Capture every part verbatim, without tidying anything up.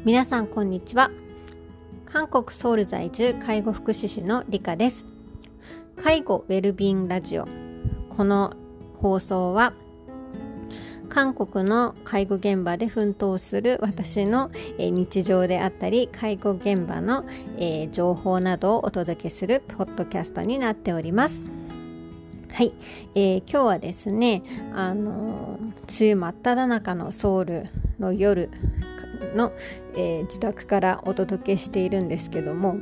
皆さんこんにちは。韓国ソウル在住介護福祉士のリカです。介護ウェルビーイングラジオ、この放送は韓国の介護現場で奮闘する私の日常であったり、介護現場の情報などをお届けするポッドキャストになっております。はい、えー、今日はですね、あの梅雨真っ只中のソウルの夜の、えー、自宅からお届けしているんですけども、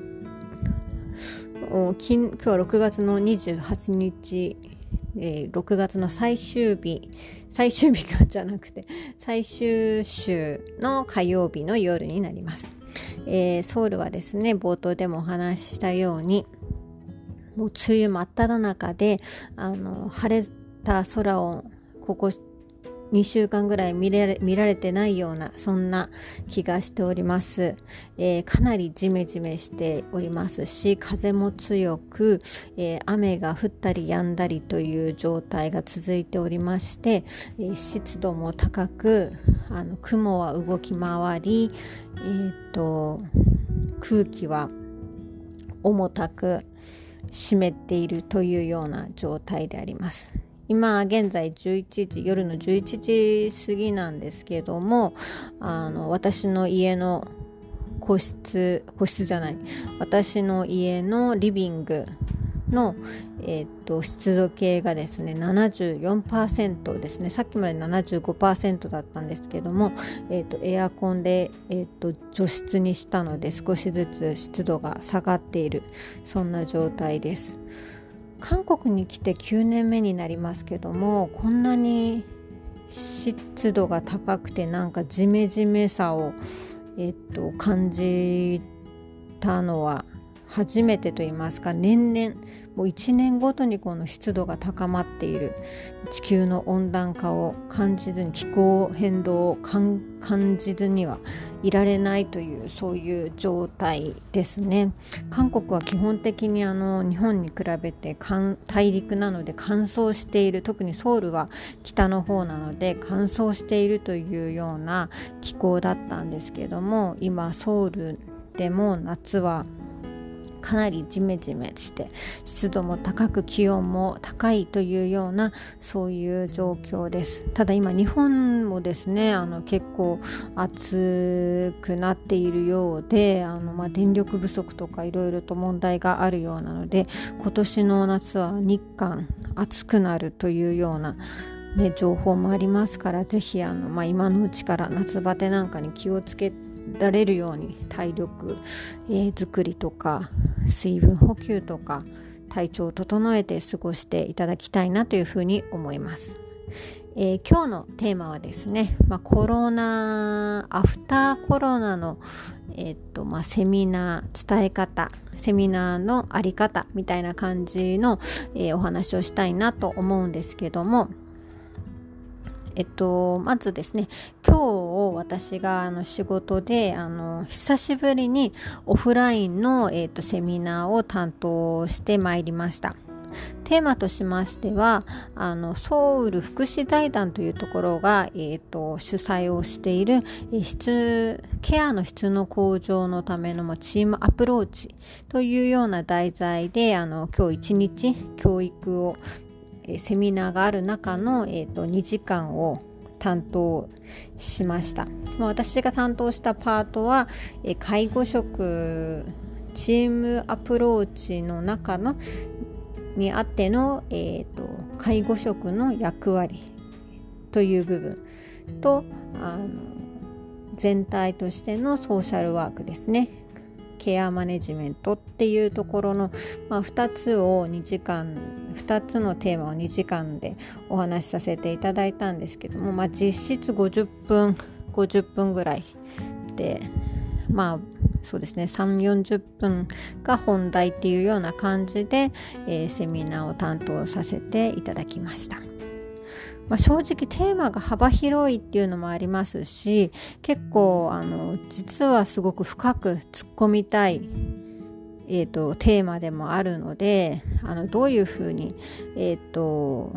今日はろくがつのにじゅうはちにち、えー、ろくがつの最終日最終日がじゃなくて最終週の火曜日の夜になります。えー、ソウルはですね、冒頭でもお話ししたように、もう梅雨真っ只中であの晴れた空をここにしゅうかんぐらい見られ、見られてないような、そんな気がしております。えー、かなりジメジメしておりますし、風も強く、えー、雨が降ったり止んだりという状態が続いておりまして、えー、湿度も高く、あの雲は動き回り、えーと、空気は重たく湿っているというような状態であります。今現在じゅういちじ夜のじゅういちじ過ぎなんですけども、あの私の家の個室個室じゃない私の家のリビングの、えー、と湿度計がですね ななじゅうよんパーセント ですね。さっきまで ななじゅうごパーセント だったんですけども、えー、とエアコンで、えー、と除湿にしたので少しずつ湿度が下がっている、そんな状態です。韓国に来てきゅうねんめになりますけども、こんなに湿度が高くてなんかジメジメさを、えっと、感じたのは初めてと言いますか、年々もういちねんごとにこの湿度が高まっている、地球の温暖化を感じずに、気候変動を感じずにはいられないという、そういう状態ですね。韓国は基本的にあの日本に比べて大陸なので乾燥している、特にソウルは北の方なので乾燥しているというような気候だったんですけども、今ソウルでも夏はかなりジメジメして湿度も高く気温も高いというような、そういう状況です。ただ今日本もですね、あの結構暑くなっているようで、あの、まあ、電力不足とかいろいろと問題があるようなので、今年の夏は日韓暑くなるというようなね、情報もありますから、ぜひあの、まあ、今のうちから夏バテなんかに気をつけられるように体力、えー、作りとか水分補給とか体調を整えて過ごしていただきたいなというふうに思います。えー、今日のテーマはですね、まあ、コロナアフターコロナの、えーとまあ、セミナー伝え方、セミナーのあり方みたいな感じの、えー、お話をしたいなと思うんですけども、えっと、まずですね、今日私があの仕事であの久しぶりにオフラインの、えっと、セミナーを担当してまいりました。テーマとしましては、あのソウル福祉財団というところが、えっと、主催をしている、え質ケアの質の向上のための、まあ、チームアプローチというような題材で、あの今日一日教育をセミナーがある中の、えーと、にじかんを担当しました。まあ、私が担当したパートは、えー、介護職チームアプローチの中のにあっての、えーと、介護職の役割という部分と、あの全体としてのソーシャルワークですね、ケアマネジメントっていうところの、まあ、ふたつをにじかんふたつのテーマをにじかんでお話しさせていただいたんですけども、まあ、実質ごじゅっぷんごじゅっぷんぐらいで、まあそうですね、さんじゅうよんじゅっぷんが本題っていうような感じで、えー、セミナーを担当させていただきました。まあ、正直テーマが幅広いっていうのもありますし、結構あの実はすごく深く突っ込みたい、えーと、テーマでもあるので、あのどういうふうに、えーと、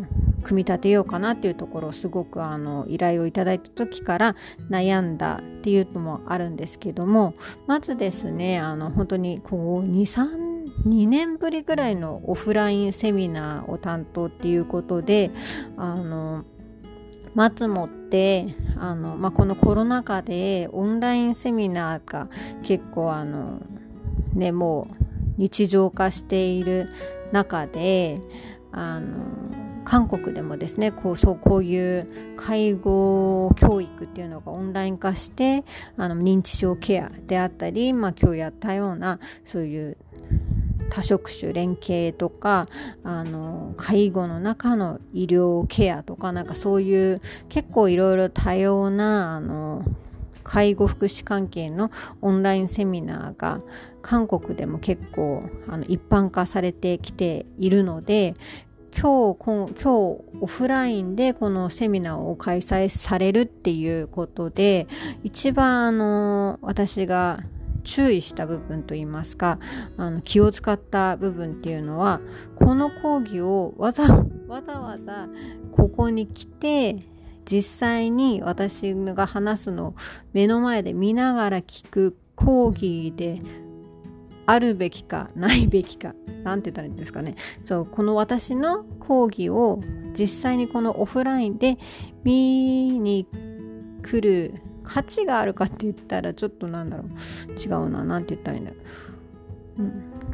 組み立てようかなっていうところをすごくあの依頼をいただいた時から悩んだっていうのもあるんですけども、まずですねあの本当にこうにさんにねんぶりぐらいのオフラインセミナーを担当っていうことで、あのまずもってあの、まあ、このコロナ禍でオンラインセミナーが結構あのねもう日常化している中で、あの韓国でもですねこう、そうこういう介護教育っていうのがオンライン化して、あの認知症ケアであったり、まあ、今日やったようなそういう多職種連携とか、あの介護の中の医療ケアとか、なんかそういう結構いろいろ多様なあの介護福祉関係のオンラインセミナーが韓国でも結構あの一般化されてきているので、今日、今日オフラインでこのセミナーを開催されるっていうことで、一番あの私が注意した部分といいますか、あの気を使った部分っていうのは、この講義をわざわざわざここに来て実際に私が話すのを目の前で見ながら聞く講義であるべきかないべきか、なんて言ったらいいんですかね。そう、この私の講義を実際にこのオフラインで見に来る価値があるかって言ったらちょっとなんだろう違うな、なんて言ったらいいんだろう、うん、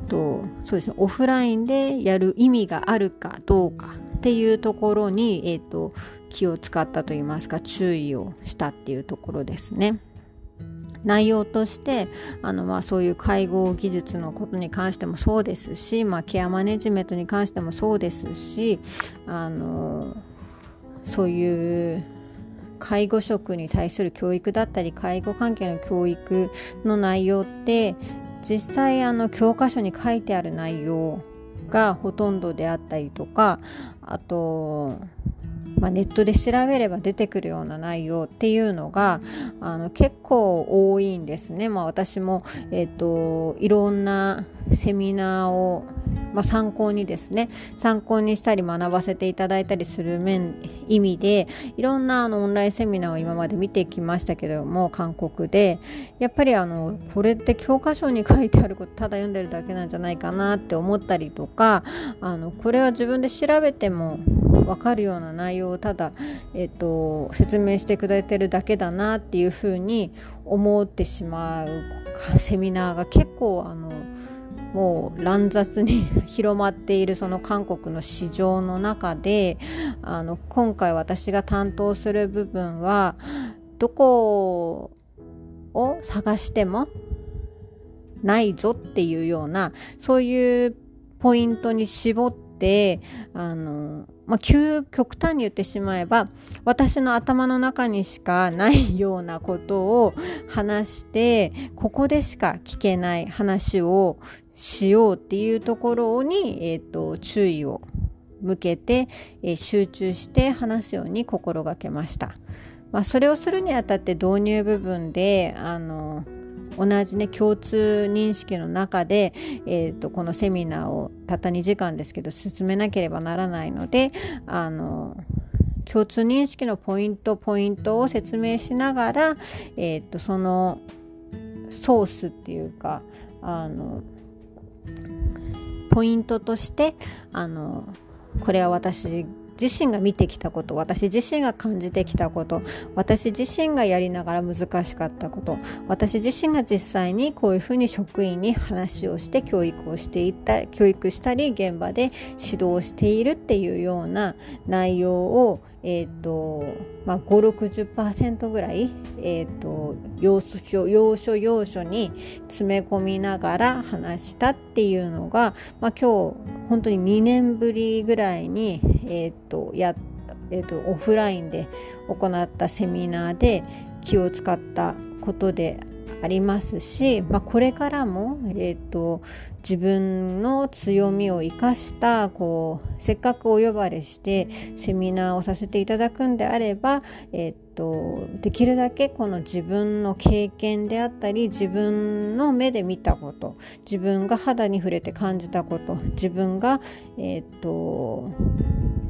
とそうですね、オフラインでやる意味があるかどうかっていうところに、えーと、気を使ったといいますか注意をしたっていうところですね。内容としてあの、まあ、そういう介護技術のことに関してもそうですし、まあ、ケアマネジメントに関してもそうですし、あのそういう介護職に対する教育だったり介護関係の教育の内容って実際あの教科書に書いてある内容がほとんどであったりとか、あとまあ、ネットで調べれば出てくるような内容っていうのがあの結構多いんですね。まあ、私も、えーと、いろんなセミナーを、まあ、参考にですね参考にしたり学ばせていただいたりする面意味でいろんなあのオンラインセミナーを今まで見てきましたけれども、韓国でやっぱりあのこれって教科書に書いてあることただ読んでるだけなんじゃないかなって思ったりとか、あのこれは自分で調べても分かるような内容をただ、えーと、説明してくれてるだけだなっていうふうに思ってしまうセミナーが結構あのもう乱雑に広まっているその韓国の市場の中で、あの今回私が担当する部分はどこを探してもないぞっていうようなそういうポイントに絞ってあのまあ、極端に言ってしまえば私の頭の中にしかないようなことを話してここでしか聞けない話をしようっていうところに、えーと、注意を向けて、えー、集中して話すように心がけました。まあ、それをするにあたって導入部分であの同じね共通認識の中で、えーと、このセミナーをたったにじかんですけど進めなければならないので、あの共通認識のポイントポイントを説明しながら、えーと、そのソースっていうかあのポイントとしてあのこれは私自身が見てきたこと、私自身が感じてきたこと、私自身がやりながら難しかったこと、私自身が実際にこういうふうに職員に話をして教育をしていった教育したり現場で指導しているっていうような内容をえーとまあ、ごじゅうろくじゅっパーセント ぐらい、えーと、要所要所要所に詰め込みながら話したっていうのが、まあ、今日本当ににねんぶりぐらいに、えーとやえーと、オフラインで行ったセミナーで気を使ったことでありますし、まあ、これからも、えーと、自分の強みを生かしたこうせっかくお呼ばれしてセミナーをさせていただくんであれば、えーと、できるだけこの自分の経験であったり自分の目で見たこと自分が肌に触れて感じたこと自分が、えーと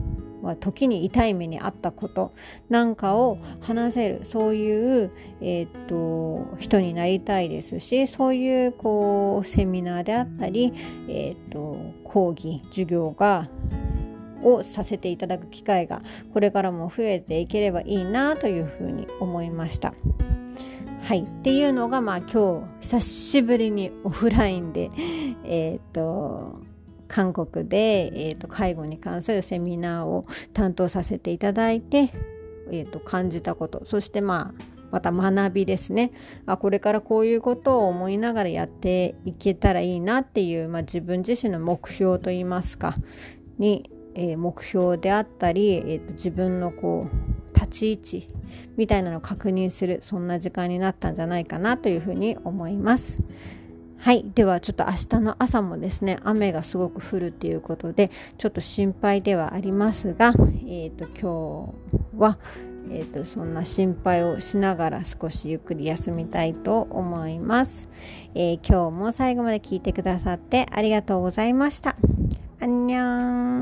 まあ、時に痛い目にあったことなんかを話せる、そういう、えー、と人になりたいですし、そういうこうセミナーであったり、えー、と講義授業がをさせていただく機会がこれからも増えていければいいなというふうに思いました。はい、っていうのが、まあ、今日久しぶりにオフラインで、えー、と韓国で、えー、と介護に関するセミナーを担当させていただいて、えー、と感じたこと、そしてまあまた学びですね。あ、これからこういうことを思いながらやっていけたらいいなっていう、まあ、自分自身の目標といいますかに、えー、目標であったり、えー、と自分のこう立ち位置みたいなのを確認する、そんな時間になったんじゃないかなというふうに思います。はい、ではちょっと明日の朝もですね、雨がすごく降るっていうことでちょっと心配ではありますが、えー、と今日は、えー、とそんな心配をしながら少しゆっくり休みたいと思います。えー、今日も最後まで聞いてくださってありがとうございました。アンニョン。